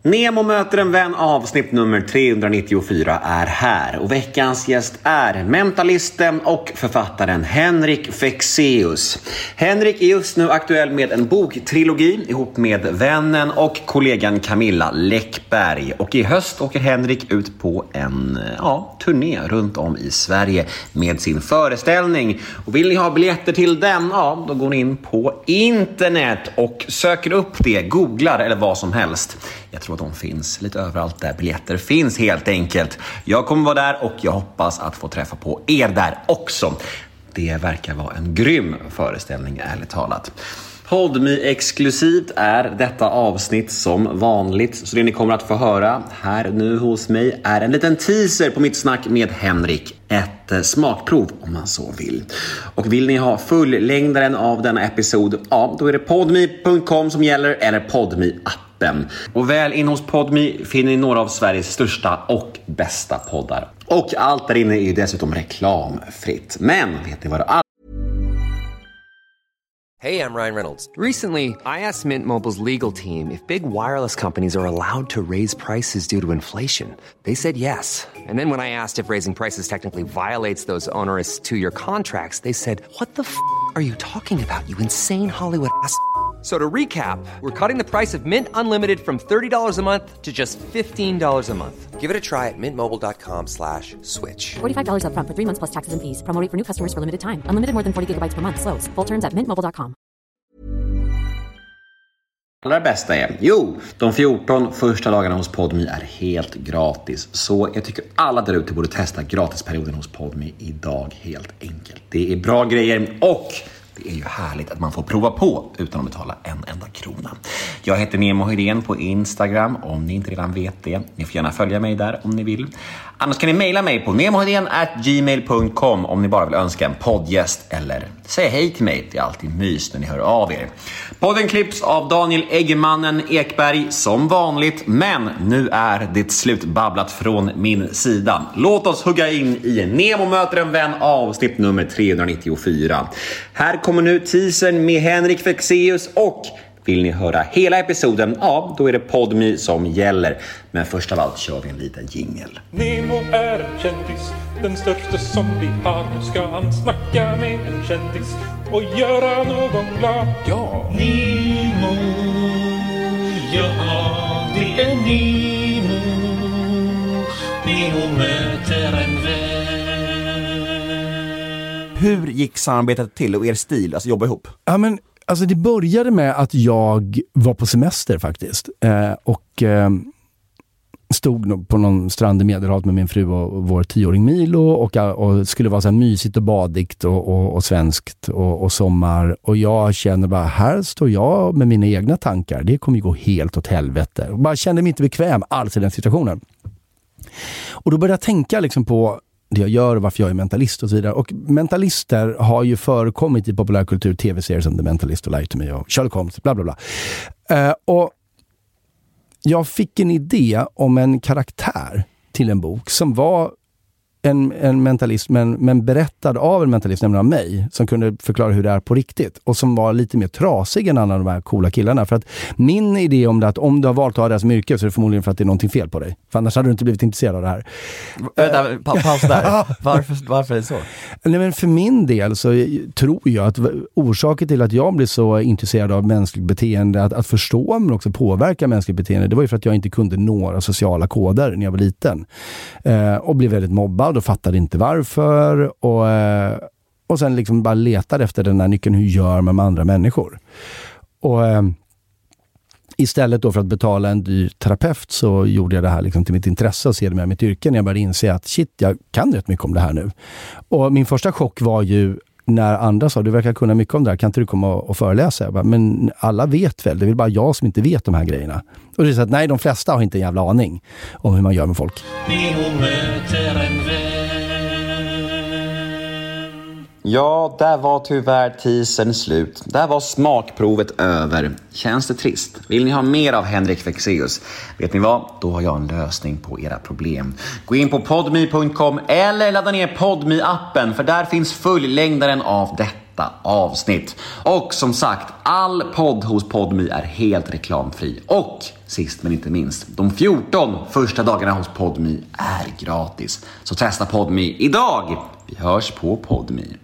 Nemo möter en vän, avsnitt nummer 394 är här. Och veckans gäst är mentalisten och författaren Henrik Fexeus. Henrik är just nu aktuell med en boktrilogi ihop med vännen och kollegan Camilla Läckberg. Och i höst åker Henrik ut på en turné runt om i Sverige med sin föreställning. Och vill ni ha biljetter till den, då går ni in på internet och söker upp det, googlar eller vad som helst. Jag tror att de finns lite överallt där biljetter finns helt enkelt. Jag kommer vara där och jag hoppas att få träffa på er där också. Det verkar vara en grym föreställning, ärligt talat. Podme-exklusivt är detta avsnitt som vanligt. Så det ni kommer att få höra här nu hos mig är en liten teaser på mitt snack med Henrik. Ett smakprov om man så vill. Och vill ni ha fullängdaren av denna episod, då är det podme.com som gäller eller Podme-appen. Och väl in hos Podme finner ni några av Sveriges största och bästa poddar. Och allt där inne är ju dessutom reklamfritt. Men vet ni vad det är? Hey, I'm Ryan Reynolds. Recently, I asked Mint Mobile's legal team if big wireless companies are allowed to raise prices due to inflation. They said yes. And then when I asked if raising prices technically violates those onerous two-year contracts, they said, "What the f*** are you talking about, you insane Hollywood ass?" So to recap, we're cutting the price of Mint Unlimited from $30 a month to just $15 a month. Give it a try at mintmobile.com/switch. $45 up front for 3 months plus taxes and fees. Promo rate for new customers for limited time. Unlimited more than 40 gigabytes per month. Slows full terms at mintmobile.com. Allra bästa är, de 14 första dagarna hos Podme är helt gratis. Så jag tycker alla där ute borde testa gratisperioden hos Podme idag helt enkelt. Det är bra grejer och det är ju härligt att man får prova på utan att betala en enda krona. Jag heter Nemo Hedén på Instagram om ni inte redan vet det. Ni får gärna följa mig där om ni vill. Annars kan ni mejla mig på nemohedén@gmail.com om ni bara vill önska en poddgäst eller säga hej till mig. Det är alltid mys när ni hör av er. Podden klipps av Daniel Eggemannen Ekberg som vanligt, men nu är det slutbabblat från min sida. Låt oss hugga in i Nemo möter en vän, avsnitt nummer 394. Här kommer nu teasern med Henrik Fexeus och vill ni höra hela episoden, då är det Podme som gäller. Men först av allt kör vi en liten jingle. Nemo är en kändis, den största som vi har. Nu ska han snacka med en kändis och göra någon glad. Ja, Nemo, ja det är Nemo. Nemo möter en vän. Hur gick samarbetet till och er stil, alltså jobba ihop? Ja, men alltså det började med att jag var på semester faktiskt och stod på någon strand i Medelhavet med min fru och vår 10-åring Milo och skulle vara så här mysigt och badigt och svenskt och sommar, och jag känner bara, här står jag med mina egna tankar, det kommer ju gå helt åt helvete, och bara kände mig inte bekväm alls i den situationen. Och då började jag tänka liksom på det jag gör och varför jag är mentalist och så vidare. Och mentalister har ju förekommit i populärkultur, tv-serier som The Mentalist och Lie to Me och Sherlock Holmes, bla bla bla. Och jag fick en idé om en karaktär till en bok som var en mentalist men berättad av en mentalist, nämligen av mig, som kunde förklara hur det är på riktigt och som var lite mer trasig än alla de här coola killarna. För att min idé om det, att om du har valt att ha det som yrke, så är det förmodligen för att det är någonting fel på dig. För annars hade du inte blivit intresserad av det här. Paus där. Varför är det så? Nej, men för min del så tror jag att orsaken till att jag blev så intresserad av mänskligt beteende, att förstå men också påverka mänskligt beteende, det var ju för att jag inte kunde några sociala koder när jag var liten. Och blev väldigt mobbad och fattade inte varför, och sen liksom bara letade efter den här nyckeln, hur gör man med andra människor. Och istället då för att betala en dyr terapeut så gjorde jag det här liksom till mitt intresse och ser med mitt yrke, när jag började inse att shit, jag kan rätt mycket om det här nu. Och min första chock var ju när andra sa, du verkar kunna mycket om det här, kan inte du komma och föreläsa? Jag bara, men alla vet väl, det är väl bara jag som inte vet de här grejerna. Och det är så att nej, de flesta har inte en jävla aning om hur man gör med folk. Ja, där var tyvärr teasern slut. Där var smakprovet över. Känns det trist? Vill ni ha mer av Henrik Fexeus? Vet ni vad? Då har jag en lösning på era problem. Gå in på podme.com eller ladda ner Podme-appen, för där finns fullängdaren av detta detta avsnitt. Och som sagt, all podd hos Podme är helt reklamfri. Och sist men inte minst, de 14 första dagarna hos Podme är gratis. Så testa Podme idag. Vi hörs på Podme.